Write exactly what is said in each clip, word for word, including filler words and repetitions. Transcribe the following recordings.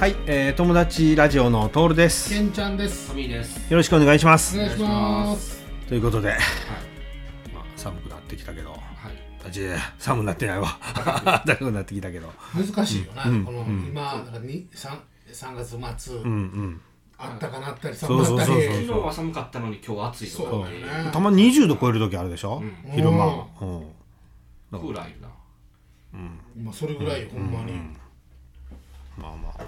はい、えー、友達ラジオのトールです。 けんちゃんです。 トミーです。 よろしくお願いします。 お願いします。 ということで、はい、 まあ、 寒くなってきたけど、はい、 あち寒くなってないわ。暖かくなってきたけど、 難しいよな、 うん、 この、うん、今なんかに 3, 3月末、うんうん、あったかなったり寒かったり、 昨日は寒かったのに今日は暑いとか、 そうだよね、 たまににじゅうど超える時あるでしょ、うん、昼間、うん、 クーラーいるな、 うん、今それぐらいよ、うん、ほんまに、うん、 まあまあ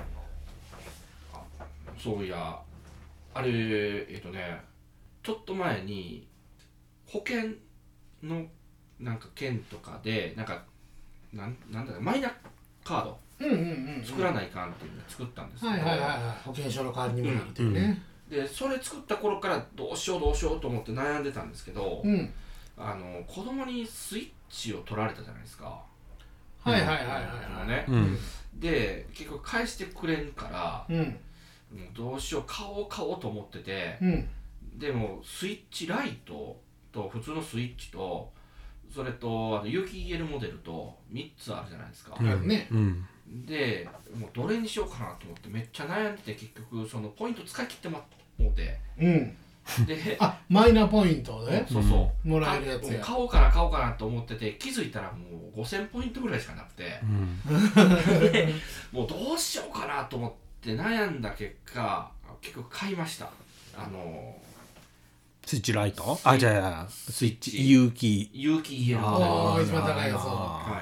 そういやあれえっとねちょっと前に保険のなんか件とかでなんかなんなんだろうマイナカード作らないかんっていうのを作ったんですけど、 はいはいはいはい、保険証の代わりにもなるっていうね、 うん、でそれ作った頃からどうしようどうしようと思って悩んでたんですけど、うん、あの子供にスイッチを取られたじゃないですか。 はいはいはいはいね、うん、で結局返してくれんから、うん、もうどうしよう買おう買おうと思ってて、うん、でもスイッチライトと普通のスイッチとそれとあの有機 イーエル モデルとみっつあるじゃないですか、 うんねうん、 でもうどれにしようかなと思ってめっちゃ悩んでて結局そのポイント使い切ってもらって、うん、 であマイナポイントで、 ね、そうそうもらえるやつや買おうかな買おうかなと思ってて気づいたらもうごせんポイントぐらいしかなくて、うん、でもうどうしようかなと思って悩んだ結果結局買いました。あのスイッチライトあじゃあスイッチ有機有機 イーエルああ一番高いやつ、 はい、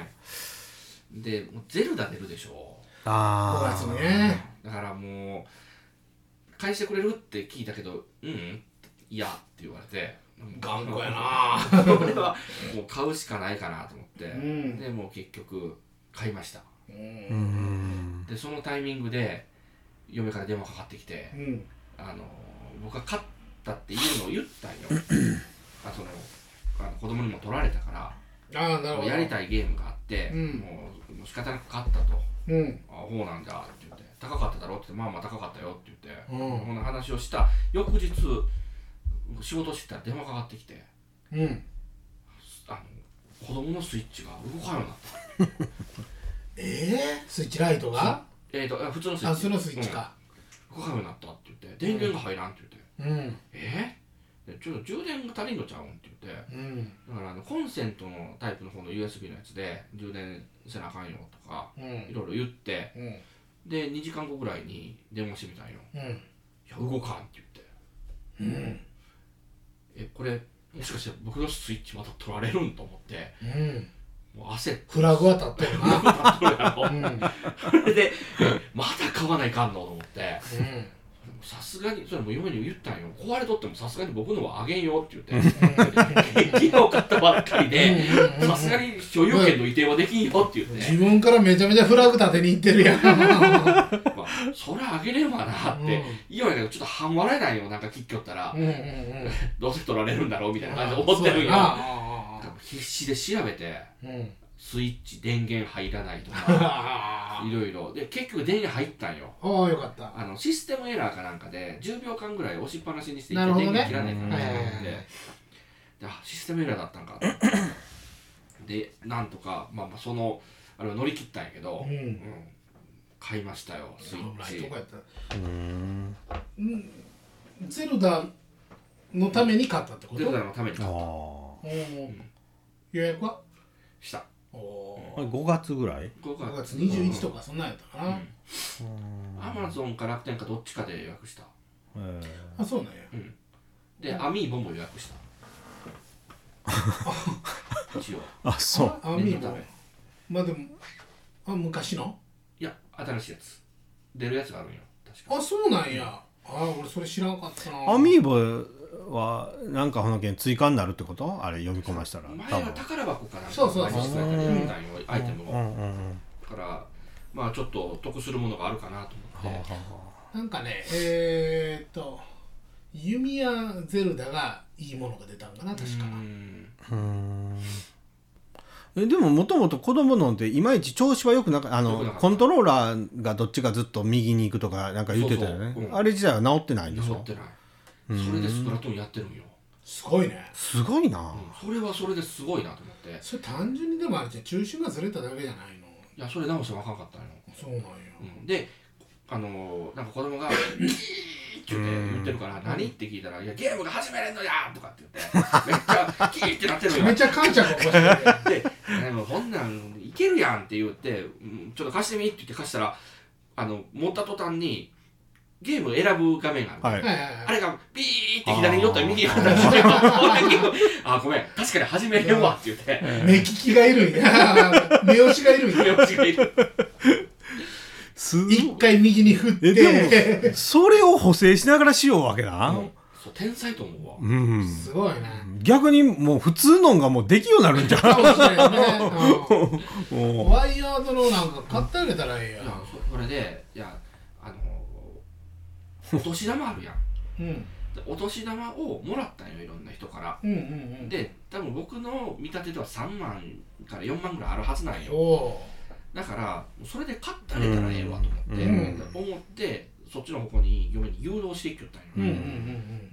でもうゼルダ出るでしょあごがつにね。 だからもう返してくれるって聞いたけどうんいやって言われて頑固やな俺はもう買うしかないかなと思って、うん、でもう結局買いました。うんでそのタイミングで嫁から電話かかってきて、うん、あの僕が買ったっていうのを言ったんよあそのあの子供にも取られたからあなるほどやりたいゲームがあって、うん、もうもう仕方なく買ったと、うん、あほうなんだって言って高かっただろって言ってまあまあ高かったよって言って、うん、こんな話をした翌日仕事してたら電話かかってきて、うん、あの子供のスイッチが動かんようになったえー、スイッチライトがえーと普通のスイッチあ普通のスイッチか、 うん、動かんようになったって言って電源が入らんって言って、うん、えー、ちょっと充電が足りんのちゃうんって言って、うん、だからあのコンセントのタイプの方の ユーエスビー のやつで充電せなあかんよとか、うん、いろいろ言って、うん、でにじかんごぐらいに電話してみたんよ、うん、いや動かんって言って、うん、えこれもしかして僕のスイッチまた取られるんと思って、うん、もう焦ってフラグは立ってるな立ってるやろ、うん、 それでまた買わないかんのと思って、さすがにそれも嫁に言ったんよ壊れとってもさすがに僕のはあげんよって言って昨日買ったばっかりでさすがに所有権の移転はできんよって言って自分からめちゃめちゃフラグ立てに行ってるやんまあそれあげれんわなって言うんやけどちょっと半笑えないよなんか切っきょったら、うんうんうん、どうせ取られるんだろうみたいな感じで思ってるんよ必死で調べて、うん、スイッチ電源入らないとかいろいろで結局電源入ったんよ。 ああよかった。 あのシステムエラーかなんかでじゅうびょうかんぐらい押しっぱなしにしていって電源切らないからねと思ってであシステムエラーだったんかとでなんとか、まあ、まあそのあれは乗り切ったんやけど、うんうん、買いましたよスイッチ。 うんゼルダのために買ったってこと？ ゼルダのために買った。 うん、予約はしたおごがつぐらいごがつにじゅういちとかそんなんやったかな。 アマゾンか楽天かどっちかで予約した。 あそうなんや、 うん、でアミーボも予約した一応あそうアミーボまあでもあ昔のいや新しいやつ出るやつがあるんよ確か。 あそうなんや、うん、あ俺それ知らんかったな。 アミーボはなんかほのけん追加になるってこと？あれ読み込ましたら前は宝箱かなんかそうそうそうそうアイテムを、うんうんうん、だからまあちょっと得するものがあるかなと思って、はははなんかねえー、っと弓矢ゼルダがいいものが出たんかな確かな。うーんえでももともと子供のっていまいち調子は良くなかったあのコントローラーがどっちがずっと右に行くとかなんか言ってたよね。そうそう、うん、あれ自体は治ってないんでしょ？ 治ってない。それでスプラトゥーンやってるんよ。 すごいね。 すごいな、 うん、それはそれですごいなと思って。 それ単純にでもあれじゃ中心がずれただけじゃないの？ いやそれ直してもあかんかったのよ。 そうなんや、 うん、であのなんか子供がキーって言ってるから何って聞いたら、いやゲームが始めれんのやとかって言ってめっちゃキーってなってるよ。 めっちゃ感謝が起こしてで、でもこんなんいけるやんって言ってちょっと貸してみって言って貸したら、あの持った途端にゲームを選ぶ画面がある、はい、あれがビーって左に寄ったら右に寄ったらあごめん確かに始めれんわって言って目利きがいるんや目押しがいるんや目押しがいる一回右に振って、 でもそれを補正しながらしようわけだ、うん、 そう天才と思うわ、 うん、 すごいね。 逆にもう普通のがもうできるようになるんじゃんかもしれないね、 うん、ワイヤードのなんか買ってあげたらいいや、 うん、それでいやあのお年玉あるやん、うん、お年玉をもらったんよいろんな人から、うんうんうん、で多分僕の見立てではさんまんからよんまんぐらいあるはずなんよ。だからそれで買ってあげたらええわと思って、うん、思ってそっちの方向に嫁に誘導していきよったんよ、うんうんうん、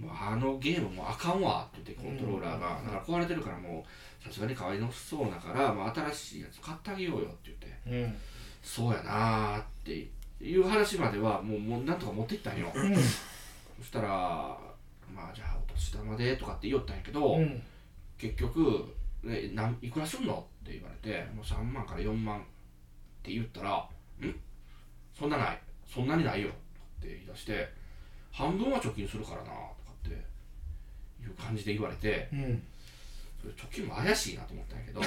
もうあのゲームもあかんわって言ってコントローラーが、うん、だから壊れてるからもうさすがにかわいのそうだから、まあ、新しいやつ買ってあげようよって言って、うん、そうやなーっていう話まではもう、もうなんとか持っていったんよ、うん、そしたらまあじゃあお年玉でとかって言おったんやけど、うん、結局、ね、なんいくらすんのって言われてもうさんまんからよんまんって言ったらんそんなないそんなにないよって言い出して半分は貯金するからなとかっていう感じで言われて、うん、それ貯金も怪しいなと思ったんやけど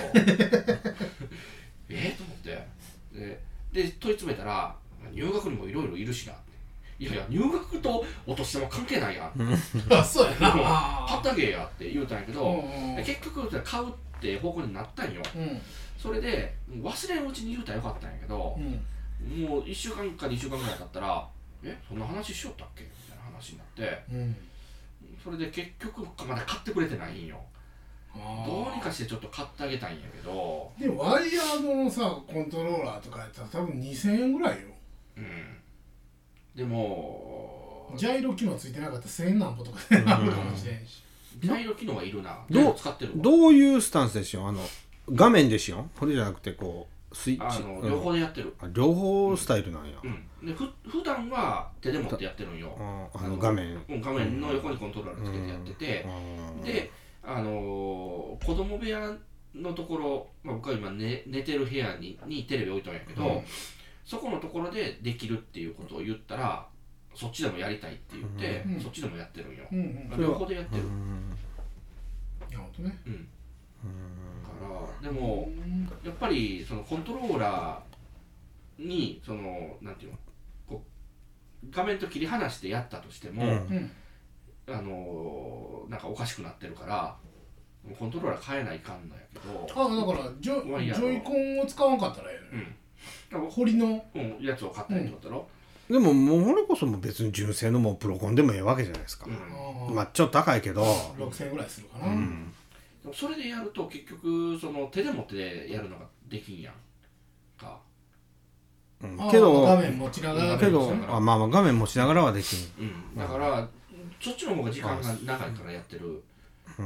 えっと思ってでで問い詰めたら入学にもいろいろいるしなっていやいや入学とお年玉関係ないやんあそうやな買ってあげやって言うたんやけど、うんうん、結局買うって方向になったんよ、うん、それで忘れんうちに言うたらよかったんやけど、うん、もういっしゅうかんかにしゅうかんぐらい経ったらえそんな話しよったっけみたいな話になって、うん、それで結局まだ買ってくれてないんよ。どうにかしてちょっと買ってあげたいんやけどでもワイヤードのさコントローラーとかやったら多分にせんえんぐらいよ。うんでもジャイロ機能ついてなかったらせんなんぼとかでなるかもしれんし、 ジャイロ機能はいるな。 どう使ってるどういうスタンスでしょう。あの画面でしょ。これじゃなくてこうスイッチあの両方でやってる。 あ両方スタイルなんや。 うんうん、でふ普段は手で持ってやってるんよ。 ああの画面。 うん画面の横にコントローラーつけてやってて、うん、であのー、子供部屋のところ、まあ、僕は今、ね、寝てる部屋ににテレビ置いたんやけど、うん、そこのところでできるっていうことを言ったらそっちでもやりたいって言って、うん、そっちでもやってるんよ、うんうん、両方でやってる。なるほどね。 うんからでもやっぱりそのコントローラーにそのなんていうのこう画面と切り離してやったとしても、うんあのー、なんかおかしくなってるからコントローラー変えないかんのやけどあだからジョ、ジョイコンを使わんかったらええの、うん、堀の、 うん、やつを買ったりってことだろ、 うん、でももうこれこそも別に純正のもうプロコンでもええわけじゃないですか、うん、まあちょっと高いけどろくせんえんぐらいするかな、うん、 でもそれでやると結局その手で持ってやるのができんやんか、 うん、けど画面持ちながらけどあまあまあ画面持ちながらはできん、 うん、だから、うんそっちの方が時間が長いからやってる、うん、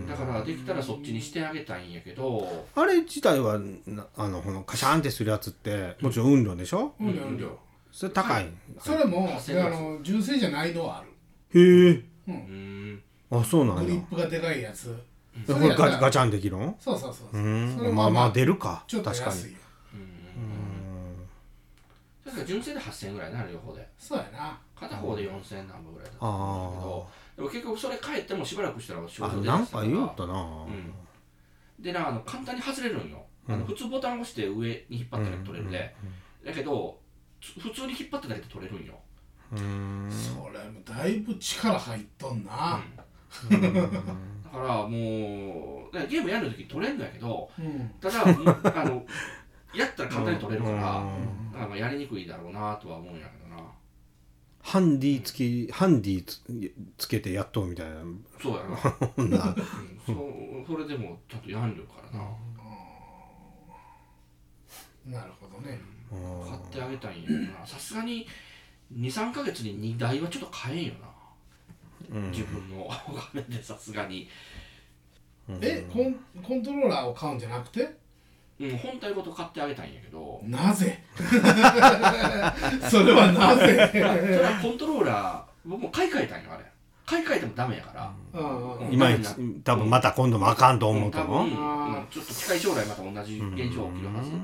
だからできたらそっちにしてあげたいんやけどあれ自体はあのこのカシャンってするやつってもちろん運量でしょ、 うん、運量運量それ高い、はい、 それもあの純正じゃないのはあるへえ、 うん、 あそうなんやグリップがでかいやつこれ ガ, ガチャンできるのそうそうそううんそれまあまあ出るかちょっと安いよ確かにだから純正ではっせんえんぐらいな両方でそうやな片方でよんせんえんなんぼぐらいだったんだけどでも結局それ帰ってもしばらくしたら症状出てきたからなんか言うたな、うん、 でなあの簡単に外れるんよ、うん、あの普通ボタンを押して上に引っ張っただけ取れるで、うんうんうん、だけど普通に引っ張っただけで取れるんようーんそれもだいぶ力入っとんな、 うん、だからもうゲームやるとき取れんのやけど、うん、ただあのやったら簡単に取れるから、うん、あのやりにくいだろうなとは思うんやけどなハンディつきハンディ つ, つけてやっとうみたいなそうやな、うん、そ, それでもちょっとやんるからな、 うん、なるほどね、 うん、買ってあげたいんやけどなさすがに にさんかげつににだいはちょっと買えんよな、うん、自分のお金でさすがにえ、うん、コン、コントローラーを買うんじゃなくてううん、本体ごと買ってあげたいんやけど。 なぜそれはなぜそれはコントローラー僕も買い替えたんよあれ。買い替えてもダメやから、 うんうん、今多分また今度もあかんと思うと思う、うん、 多分ちょっと近い将来また同じ現象起きるはず、うん、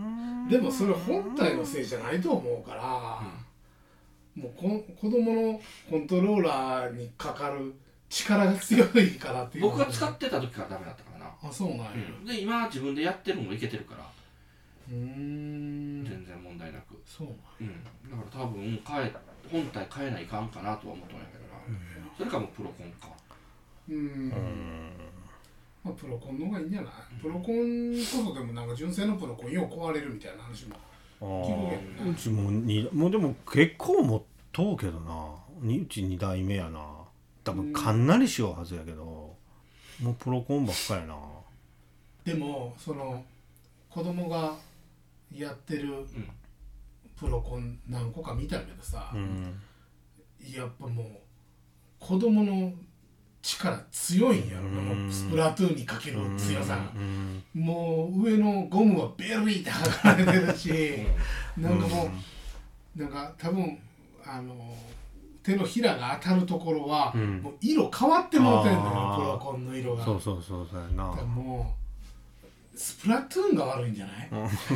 でもそれ本体のせいじゃないと思うから、うん、もうこ子供のコントローラーにかかる力が強いからっていう。 僕が使ってた時からダメだったからな。 あ、そうなんや、 うん、で今自分でやってるのもいけてるから、 うーん、 全然問題なく。 そうなんや、 うん、だから多分変え本体変えないかんかなとは思ったんやけどな、うん、それかもプロコンか。 うーん、まあ、プロコンの方がいいんじゃない、うん、プロコンこそでもなんか純正のプロコンよう壊れるみたいな話も聞くけどね。 うちもにもうでも結構持っとうけどな、うちに代目やな、多分かんなりしようはずやけど、うん、もうプロコンばっかりやな。 でもその子供がやってるプロコン何個か見たけどさ、うん、やっぱもう子供の力強いんやろな、うん、スプラトゥーンにかける強さが、うんうん、もう上のゴムはベリーって剥がれてるし、うん、なんかもう、うん、なんか多分あの手のひらが当たるところは、うん、もう色変わってもうてんのよ、プロコンの色が。 そうそうそうそうやな。 もうスプラトゥーンが悪いんじゃない？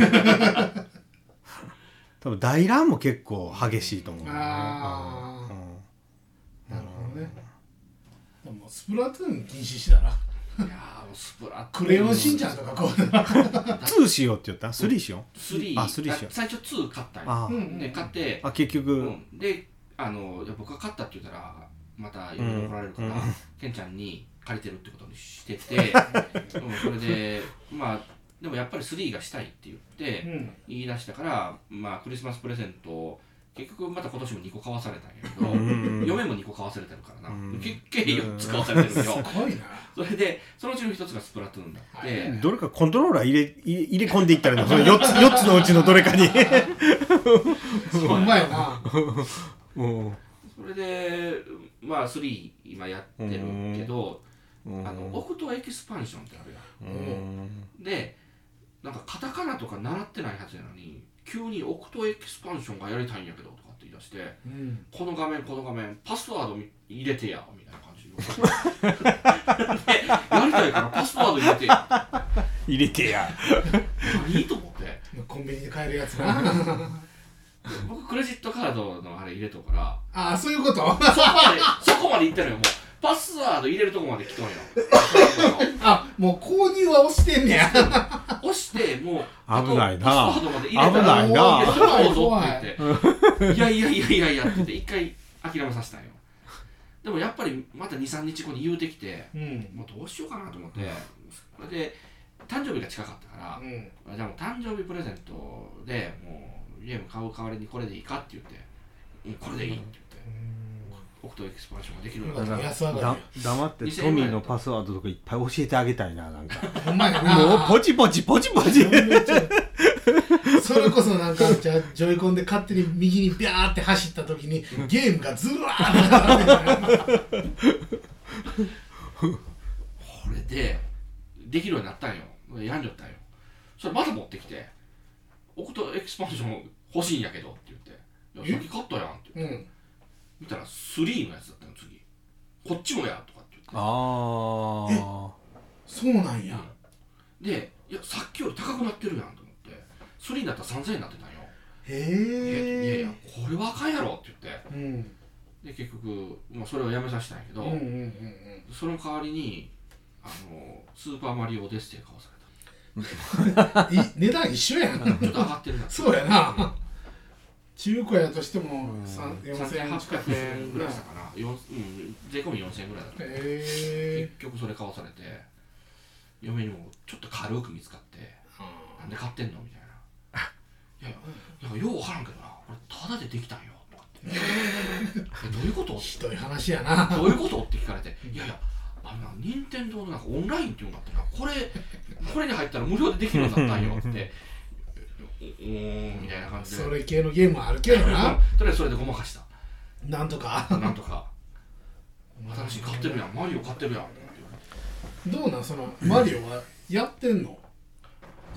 多分大乱も結構激しいと思う、ね、 ああ、うん、なるほどね。でもスプラトゥーン禁止したらいやもうスプラクレヨンしんちゃんとかこうツーしようって言った？スリーしよう？ スリー、あ、スリーしよう。最初ツー買ったんよ。で買ってあ結局、 うん、であの僕が買ったって言ったらまたいろいろ怒られるから、うん、ケンちゃんに借りてるってことにしてて、うん、それでまあでもやっぱりスリーがしたいって言って言い出したから、まあクリスマスプレゼント結局また今年もにこ買わされたんやけど、うん、嫁もにこ買わされてるからな、うん、結計よっつ買わされてるよ。 すごいな。 それでそのうちのひとつがスプラトゥーンだって、 どれかコントローラー入れ入れ込んでいったらいいの？その よっつ, よっつのうちのどれかにほんまやな。 それでまあスリー今やってるけど、あのオクトエキスパンションってあるやん。でなんかカタカナとか習ってないはずやのに急にオクトエキスパンションがやりたいんやけどとかって言い出して、うん、この画面この画面パスワード入れてやみたいな感じでやりたいからパスワード入れてや入れてや何と思ってコンビニで買えるやつな僕クレジットカードのあれ入れとくから、 ああそういうことそこまでそこまでいってるよ。もうパスワード入れるとこまで来とんよあ、もう購入は押してんねや押してもう危ないな、 パスワードまで入れたら危ないな、 怖い怖いって言っていやいやいやいやいやって言って一回諦めさせたんよ。でもやっぱりまたにさんにちごに言うてきて、うん、もうどうしようかなと思って、それで誕生日が近かったから、うん、じゃあもう誕生日プレゼントでもうゲーム買う代わりにこれでいいかって言って、うん、これでいいって言って、オクトエキスパンションができるようになった。 だ黙ってトミーのパスワードとかいっぱい教えてあげたいな、なんかほんまやな、 もうポチポチポチポチそれこそなんかじゃジョイコンで勝手に右にビャーって走った時にゲームがズラーってこれでできるようになったんよ。やんじゃったんよ。それまた持ってきてオクトエキスパンション欲しいんやけどって言って、いやさっき買ったやんって言って、うん、見たらスリーのやつだったの。次こっちもやとかって言って、 あえそうなんや、 うん、でいやさっきより高くなってるやんと思ってスリーになったらさんぜんえんになってたんよ。 へえ、 いやいやこれはあかんやろって言って、うん、で結局、まあ、それをやめさせたんやけど、うんうんうんうん、その代わりにあのスーパーマリオオデッセイ買わされた値段一緒やん。 ちょっと上がってるなそうやな。中古やとしてもさんぜんはっぴゃくえんぐらいしたかな、うん、税込みよんせんえんぐらいだった、えー、結局それ買わされて嫁にもちょっと軽く見つかって、なんで買ってんのみたいな、いやいやよう分からんけどな、これタダでできたんよとかってえどういうこと？ ひどい話やな。 どういうことって聞かれて、いやいやあの任天堂のなんかオンラインっていうのがあってな、これこれに入ったら無料でできるようになったんよってうーんみたいな感じで、 それ系のゲームはあるけどなとりあえずそれでごまかした。 なんとかなんとか新しい買ってるやん、マリオ買ってるやん。 どうなんそのマリオはやってんの？だ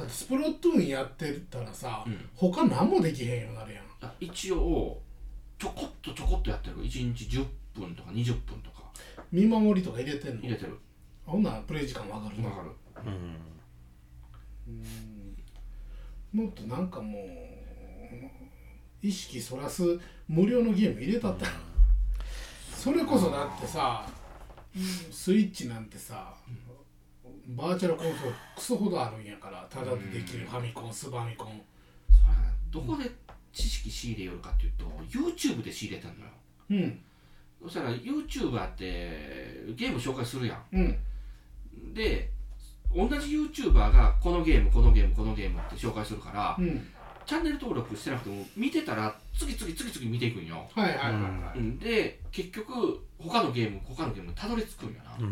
ってスプラトゥーンやってたらさ、うん、他何もできへんようになるやん。 一応ちょこっとちょこっとやってる。いちにちじゅっぷんとかにじゅっぷんとか見守りとか入れてんの？ 入れてる。 ほんならプレイ時間分かる分かる。 うんうん、もっとなんかもう意識そらす無料のゲーム入れたったら、うん、それこそだってさ、スイッチなんてさ、うん、バーチャルコンソールクソほどあるんやから、ただでできるファミコン、スーパーファミコン。 どこで知識仕入れよるかっていうと YouTube で仕入れてんのよ。うん。そしたら YouTuber ってゲーム紹介するやん。うん。で同じ YouTuber がこのゲームこのゲームこのゲームって紹介するから、うん、チャンネル登録してなくても見てたら次々次々見ていくんよ。はいはいはいはい。うん、で結局他のゲーム他のゲームにたどり着くんよな。うん、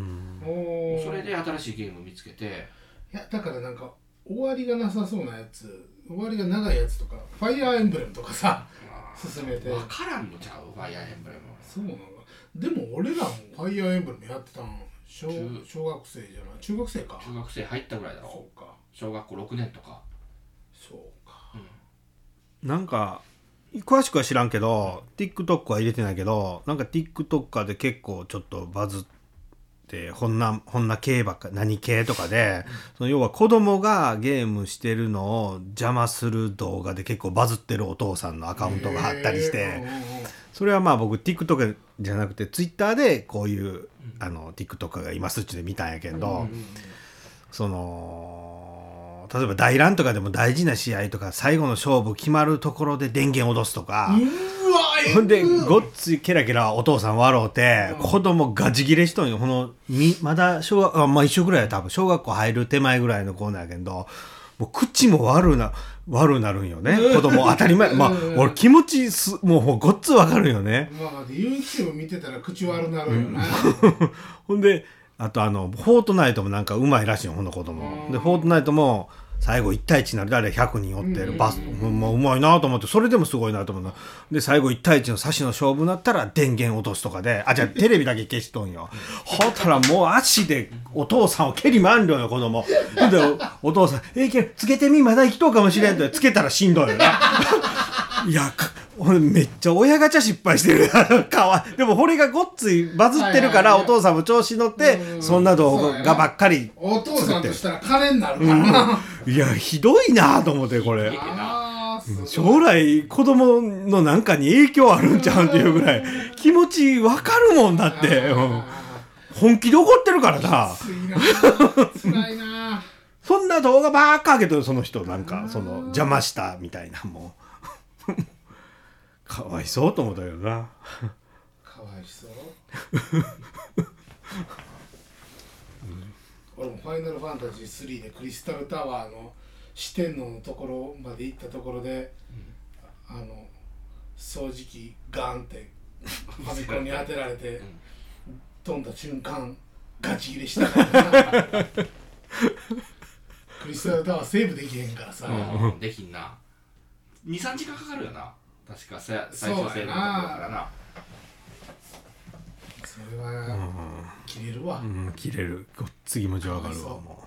それで新しいゲームを見つけて。 いやだからなんか終わりがなさそうなやつ、終わりが長いやつとか、ファイアーエンブレムとかさ、進めて。 分からんのちゃう、ファイアーエンブレム。 そうなのか。でも俺らもファイアーエンブレムやってたん。小, 小学生じゃない、中学生か。 中学生入ったぐらいだろ。そうか。小学校ろくねんとか。 そうか。 うん、なんか詳しくは知らんけど、TikTok は入れてないけど、なんか TikToker で結構ちょっとバズって。でこんなこんな系ばっか何系とかで、その要は子供がゲームしてるのを邪魔する動画で結構バズってるお父さんのアカウントがあったりして、それはまあ僕 TikTok じゃなくて Twitter でこういうあの TikToker がいますって見たんやけど、その例えば大乱とかでも大事な試合とか最後の勝負決まるところで電源落とすとか。ほんでごっついケラケラお父さん笑うて、うん、子供ガチギレしとんよ。このみまだ小学あまあ一緒ぐらいや多分小学校入る手前ぐらいの子なんやけど、もう口も悪な悪なるんよね。子供当たり前。まあ俺気持ちすもうごっつわかるよね。 まあ YouTube 見てたら口悪なるよね。 うん、ほんであとあのフォートナイトもなんかうまいらしいよ、ほんの子供。でフォートナイトも。最後いち対いちになるであれひゃくにんおってるバス、うん、もううまいなと思って、それでもすごいなと思うな。で最後いち対いちの差しの勝負になったら電源落とすとかで、あじゃあテレビだけ消しとんよ。ほったらもう足でお父さんを蹴りまんりょよ子供で お, お父さん「えー、つけてみまだ生きとうかもしれん」ってつけたらしんどいよな。いやめっちゃ親ガチャ失敗してるかわでもこれがごっついバズってるから、はいはいはい、お父さんも調子乗ってそんな動画ばっかりお父さんとしたら金になるからな、 うん、いやひどいなと思ってこれ将来子供のなんかに影響あるんちゃうんっていうぐらい気持ちわかるもんだって、うん、本気で怒ってるからな。つらいなそんな動画ばっか開けてるその人なんかその邪魔したみたいなもうかわいそうと思ったけどな。 かわいそう。俺もファイナルファンタジースリーでクリスタルタワーの四天王のところまで行ったところで、うん、あの掃除機ガンってファミコンに当てられて、うん、飛んだ瞬間ガチ切れしたからな。クリスタルタワーセーブできへんからさ、 うん、できんな。にさんじかんかかるよな確か最初セーブのところからな。 それは切れるわ、 うん、切れる。ごっつ気持ちわかるわも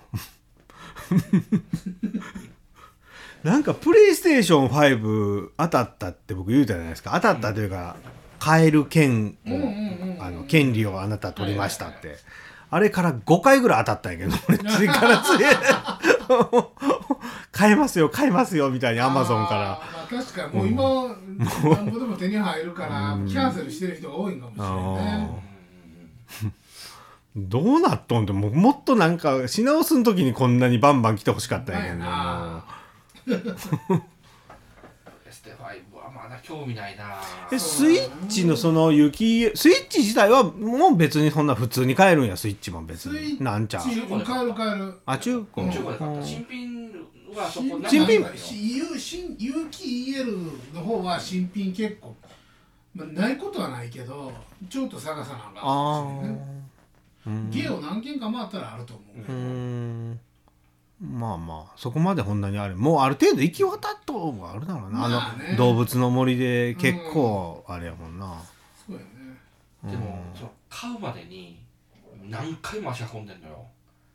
う。なんかプレイステーションファイブ当たったって僕言うたじゃないですか。当たったというか、うん、買える権を、うんうんうんうん、あの権利をあなた取りましたって、はいはいはい、あれからごかいぐらい当たったんやけど俺次から次買えますよ買えますよみたいにアマゾンから。 確かにもう今、うん、なんぼでも手に入るからキャンセルしてる人が多いんかもしれないね。 どうなっとんってもうもっとなんかし直すん時にこんなにバンバン来てほしかったんやけどな。 エステファイブはまだ興味ないな。 えスイッチのその雪スイッチ自体はもう別にそんな普通に買えるんや。スイッチも別になんちゃう中古で買える買える。 あ中古中古で買った新品はそこ新品有機 イーエル の方は新品結構、まあ、ないことはないけどちょっと探さなあかんかもしれないね。ゲオ何軒か回ったらあると思う。うーんまあまあそこまでこんなにあるもうある程度行き渡った方があるだろうな、まあね、あの動物の森で結構あれやもんな、うん、 そうやね。 でもその買うまでに何回も足運んでんのよ。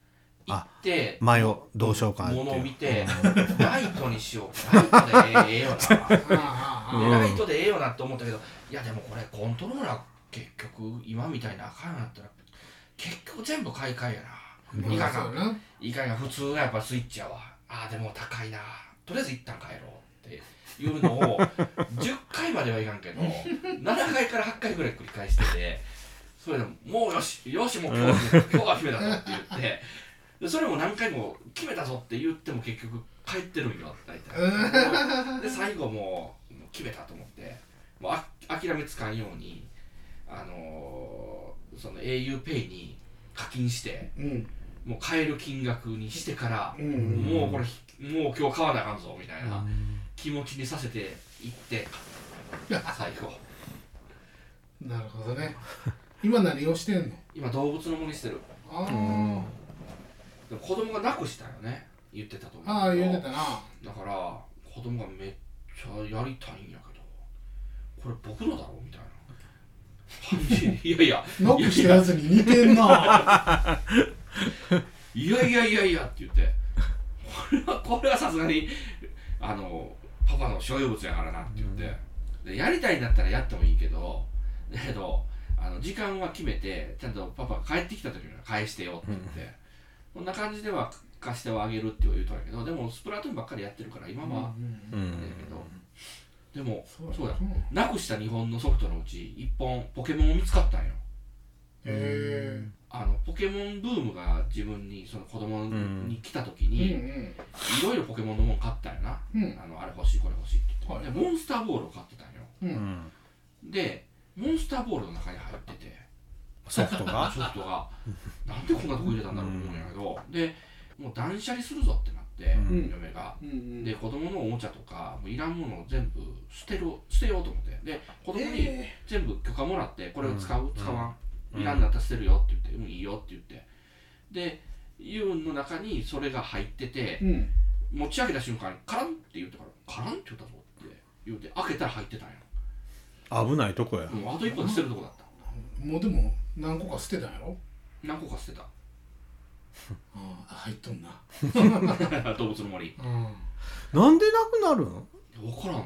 行って前をどうしようかなっていうものを見て、ライトにしようライトでええよなでライトでええよなって思ったけど、いやでもこれコントローラー結局今みたいな赤になったら結局全部買い替えやな。いかんがいかんが普通がやっぱスイッチやわ。あーでも高いな、とりあえず一旦帰ろうっていうのをじゅっかいまではいかんけどななかいからはちかいぐらい繰り返してて、それでもうよしよしもう今日今日は決めたぞって言ってでそれも何回も決めたぞって言っても結局帰ってるんよ大体で最後もう決めたと思ってもうあ諦めつかんようにあのー、その エーユーペイに課金して、うん、もう買える金額にしてから、うん、もうこれもう今日買わなあかんぞみたいな気持ちにさせていって最後なるほどね。今何をしてんの？ 今動物の森してる。ああ。でも子供がなくしたよね。言ってたと思う。 ああ言ってたな。 だから子供がめっちゃやりたいんやけど、これ僕のだろみたいな感じ。いやいや。 なくしたやつに似てんな。 いやいやいやいやって言って、これはこれはさすがにあのパパの所有物やからなって言って、うん、でやりたいんだったらやってもいいけど、だけど。あの時間は決めてちゃんとパパが帰ってきた時には返してよって言って、うん、こんな感じでは貸してはあげるって言うとんやけど、でもスプラトゥーンばっかりやってるから今は、うんうん、だけどでもそうやなくしたにほんのソフトのうちいっぽんポケモンを見つかったんよ。へー。あのポケモンブームが自分にその子供に来た時に、うんうん、いろいろポケモンのもん買ったんよな、うん、あのあれ欲しいこれ欲しいって言って、はい、でモンスターボールを買ってたんよ、うん、でモンスターボールの中に入っててソフトがソフトがなんでこんなとこ入れたんだろうと思うんやけど、うん、でもう断捨離するぞってなって、うん、嫁が、うん、で子供のおもちゃとかもういらんものを全部捨てる捨てようと思って、で子供に全部許可もらってこれを使う、うん、使わん、うん、いらんなったら捨てるよって言って、うん、いいよって言ってでユーンの中にそれが入ってて、うん、持ち上げた瞬間にカランって言ってからカランって言ったぞって言って開けたら入ってたんや。 危ないとこや。 もうあと一歩で捨てるとこだった。 もうでも何個か捨てたんやろ？ 何個か捨てた。ああ入っとんな。 動物の森。 うん、なんでなくなるの？ 分からん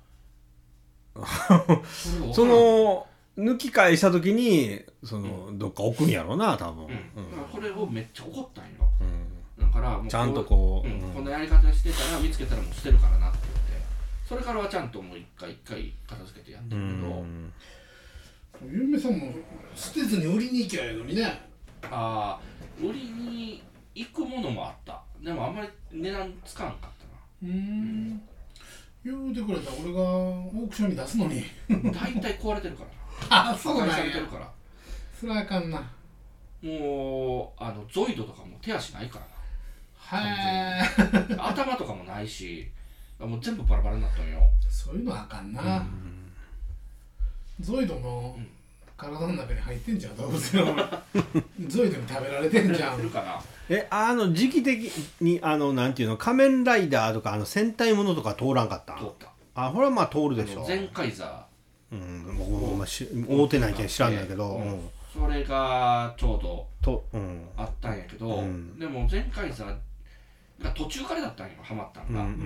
のよ。 そ, その抜き替えした時にその、うん、どっか置くんやろな多分。うん。だからこれをめっちゃ怒ったんよ。うん、だからもうちゃんとこう、うんうん、こんなやり方してたら見つけたらもう捨てるからなって言って。それからはちゃんともう一回一回片付けてやってるけど、 ゆめさんも捨てずに売りに行きゃいいのにね。 ああ売りに行くものもあった。でもあんまり値段つかんかったな。 うーん言うてくれたら俺がオークションに出すのに大体壊れてるからな。あそうなんや。 破壊されてるからそれはあかんな。 もうあのゾイドとかも手足ないからな。 へえ。 頭とかもないしもう全部バラバラになったんよ。 そういうのはあかんな、うん、ゾイドの体の中に入ってんじゃん動物のゾイドに食べられてんじゃんえあの時期的にあのなんていうの仮面ライダーとかあの戦隊ものとか通らんかった？ 通った。 あほらまあ通るでしょ。 ゼンカイザー、うん、僕も大手ないけん知らんだけど、うん、 それがちょうどと、うん、あったんやけど、うん、でもゼンカイザー途中からだったんよハマったんが、うんうん、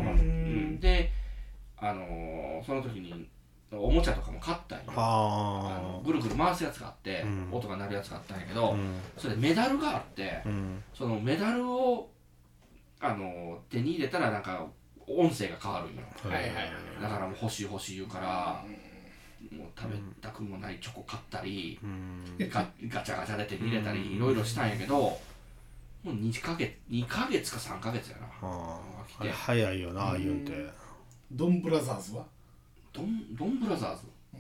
で、あのー、その時におもちゃとかも買ったんよ。あのぐるぐる回すやつがあって、うん、音が鳴るやつがあったんやけど、うん、それメダルがあって、うん、そのメダルを、あのー、手に入れたらなんか音声が変わるんよ、はいはいはい、だからもう欲しい欲しい言うから、もう食べたくもないチョコ買ったり、ガ, ガチャガチャで手に入れたりいろいろしたんやけど、もうにかげつにかげつかさんかげつやな。 ああれ早いよな、ああいうんて。 ドンブラザーズはドンドンブラザーズ、 うん、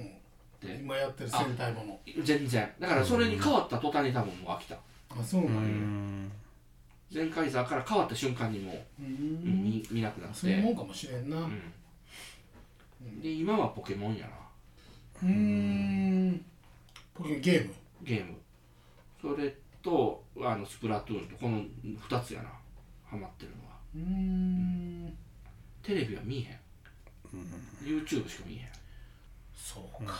で今やってる戦隊もの全然だからそれに変わった途端に多分もう飽きた。 あそうなんや。 ゼンカイザーから変わった瞬間にもう、うん、見, 見なくなって。 そういうもんかもしれんな、うんうん、で今はポケモンやな。 うーんポケモンゲームゲームそれとあのスプラトゥーンとこのふたつやなハマってるのは。うーん、うん、テレビは見えへん、うん、YouTube しか見えへん。 そうか、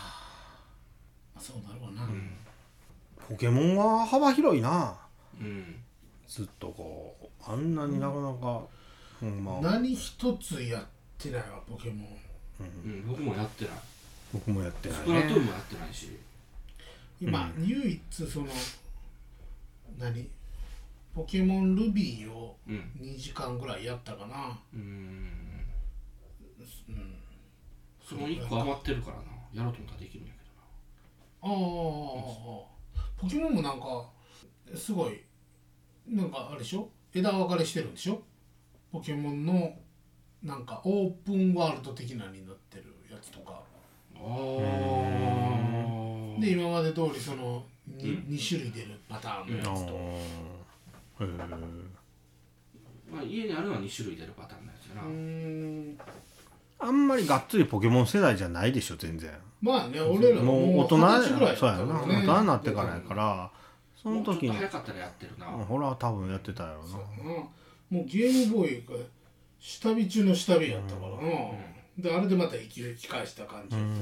うん、そうなるわな、うん、 ポケモンは幅広いな。 うんずっとこうあんなになかなか、 うん、まあ、何一つやってないわポケモン、 うんうん、僕もやってない僕もやってないね。 スプラトゥーンもやってないし今、うん、唯一その何ポケモンルビーをにじかんぐらいやったかな。うん、うん、 そのいっこ余ってるからな、やろうと思ったらできるんやけどな。ああ、ポケモンもなんかすごいなんかあれでしょ、枝分かれしてるんでしょ、ポケモンのなんかオープンワールド的なになってるやつとか。あで今まで通りその 2, に種類出るパターンのやつと、うん、 まあ、家にあるのはに種類出るパターンのやつやな。うーん、 あんまりがっつりポケモン世代じゃないでしょ全然。 まあね、俺らもう大人ぐらい、 そうやな、大人になってからやからその時にもうちょっと早かったらやってるな。 ほら多分やってたやろうな。 もうゲームボーイが下火中の下火やったからな、うん、であれでまた生き生き返した感じやったから、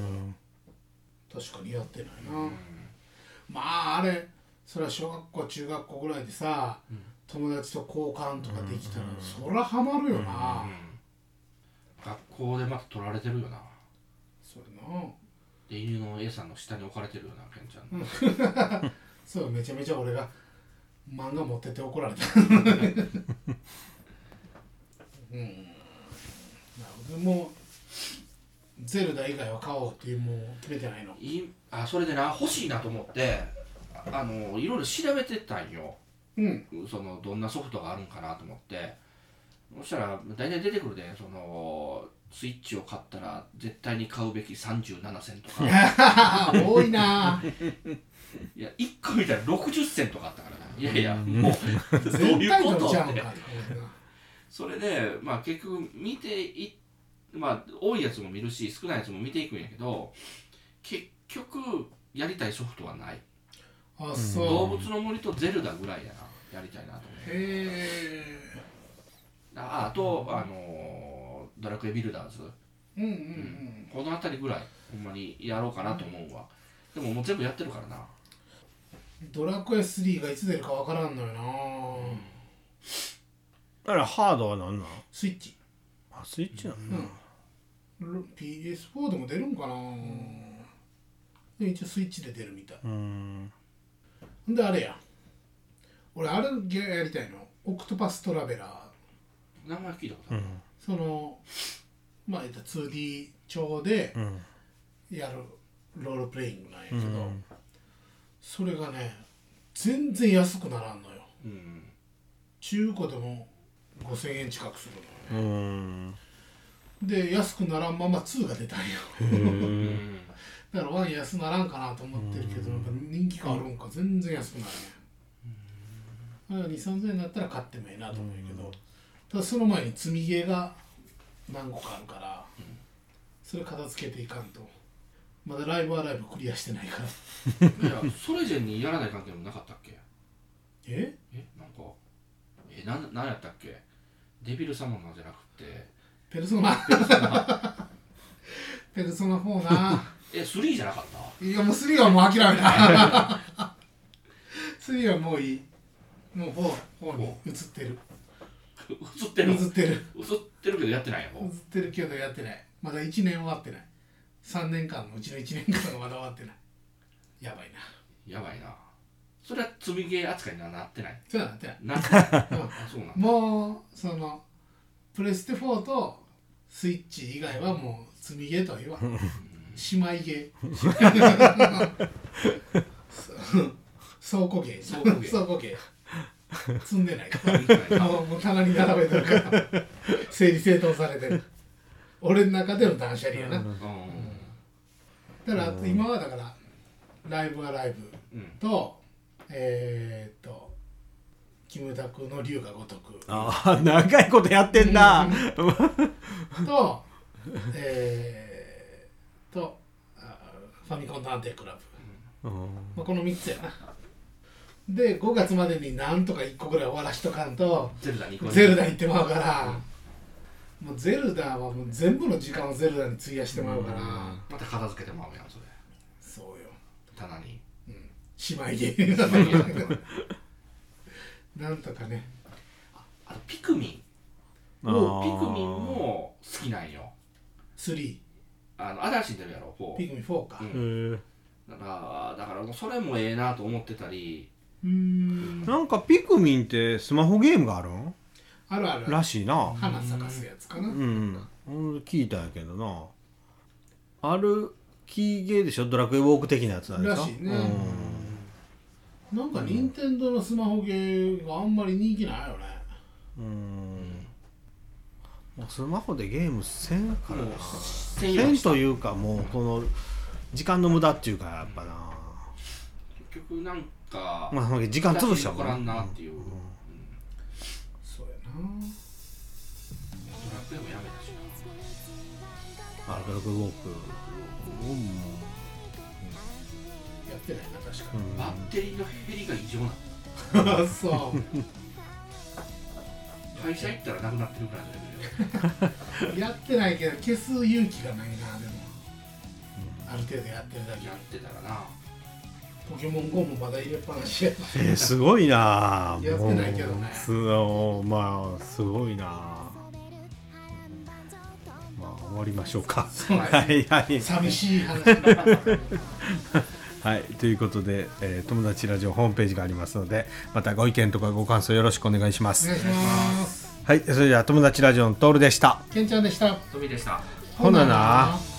確かにやってないな、うん、まああれそれは小学校中学校ぐらいでさ、うん、友達と交換とかできたら、うん、そりゃハマるよな、うん、 学校でまた取られてるよな。 それなで犬の A さんの下に置かれてるよな、ケンちゃんのそう、めちゃめちゃ俺が漫画持ってて怒られたうん、なるほど。もうゼルダ以外は買おうっていうもう決めてないの？ いあそれでな欲しいなと思ってあのいろいろ調べてたんよ、うん、そのどんなソフトがあるんかなと思って。そしたら大体出てくるで、そのスイッチを買ったら絶対に買うべきさんじゅうななせんとか多いないやいっこ見たらろくじゅっせんとかあったからな。いやいやもうどういうことってそれでまあ結局見ていまあ多いやつも見るし少ないやつも見ていくんやけど結局やりたいソフトはない。 あ、そう。 動物の森とゼルダぐらいやな、やりたいなと思って。へえ。あ, あと、あのー、ドラクエビルダーズ、うんうんうんうん、この辺りぐらいほんまにやろうかなと思うわ。でももう全部やってるからな。 ドラクエスリーがいつ出るかわからんのよな、うん、 だからハードは何なの？ スイッチ。 あ、スイッチなの、 うん、ピーエスフォー でも出るんかな、うん、で一応スイッチで出るみたい。うん、であれや俺あれやりたいの、オクトパストラベラー。 名前聞いたことある、うん、 そのまあ ツーディー 調でやるロールプレイングなんやけど、うん、それがね全然安くならんのよ、うん、中古でもごせんえん近くするのよね、うん、で安くならんままツーが出たんよだからワン安ならんかなと思ってるけど、やっぱ人気があるんか全然安くならんやん。にせんさんぜんえんだったら買ってもいいなと思うけど、ただその前に積みゲーが何個かあるから、うん、それ片付けていかんと。まだライブはライブクリアしてないからいやそれ以前にやらない関係もなかったっけ？ ええなんかえな何やったっけ？デビルサモナーじゃなくてペルソナペルソナペルソナフォーなえスリーじゃなかった？ いやもうスリーはもう諦めたスリーはもういい、もうフォー、フォーに移ってる映ってる映ってる映ってるけどやってないよ。 映ってるけどやってない。まだいちねん終わってない。さんねんかんのうちのいちねんかんがまだ終わってない。やばいな。 やばいな。それは積みゲー扱いにはなってない。 そうなってない。 なってない、うん、あそうなんだ。 もうそのプレステフォーとスイッチ以外はもう積みゲーとは言わん。姉妹ゲー倉庫ゲー倉庫ゲー積んでないからもう、もう棚に並べてるから整理整頓されてる。俺の中での断捨離やな、うんうん、だから今はだからライブはライブと、うん、えー、っとキムタクの龍が如く、 ああ長いことやってんなとえー、とファミコン探偵クラブ、うんまあ、このみっつやな。でごがつまでになんとかいっこぐらい終わらしとかんとゼルダに行ゼルダ行ってまうから、うん、もうゼルダはもう全部の時間をゼルダに費やしてまうから、うん、 また片付けてまうやんそれ。 そうよ棚に、 うん、姉妹ゲーなんとかね。 あとピクミンあピクミンも好きなんよ。 スリあの新しい出るやろフォー。 ーピクミンフォーか。 うーへえだからだからもうそれもええなと思ってたり。 うーん。 なんかピクミンってスマホゲームがあるんあるある。 らしいな。 花咲かすやつかな。 うん俺聞いたんやけどな。あるキーゲーでしょ、ドラクエウォーク的なやつなんですか。 らしいね。なんか任天堂のスマホゲーがあんまり人気ないよね。 うんもうスマホでゲームせんからな。 せせんというかもうこの時間の無駄っていうかやっぱな。 結局なんか、 まあ時間潰しちゃう分からんなっていう、うんうん、 そうやな。 ドラクエもやめたしあドラクエウォークやってないな確かな、 に。 バッテリーの減りが異常なの。 そう会社行ったらなくなってるからね。 やってないけど消す勇気がないな。でも、うん、ある程度やってるだけ。 やってたらな。 ポケモン ゴー もまだ入れっぱなしや。 えー、すごいな。 やってないけどね。 すまあすごいな。まあ終わりましょうか。はいはい寂しい話。 はい、ということで、えー、友達ラジオホームページがありますので、またご意見とかご感想よろしくお願いします。 お願いします。 はい、それでは友達ラジオのトールでした。 けんちゃんでした。 トミでした。 ほなな。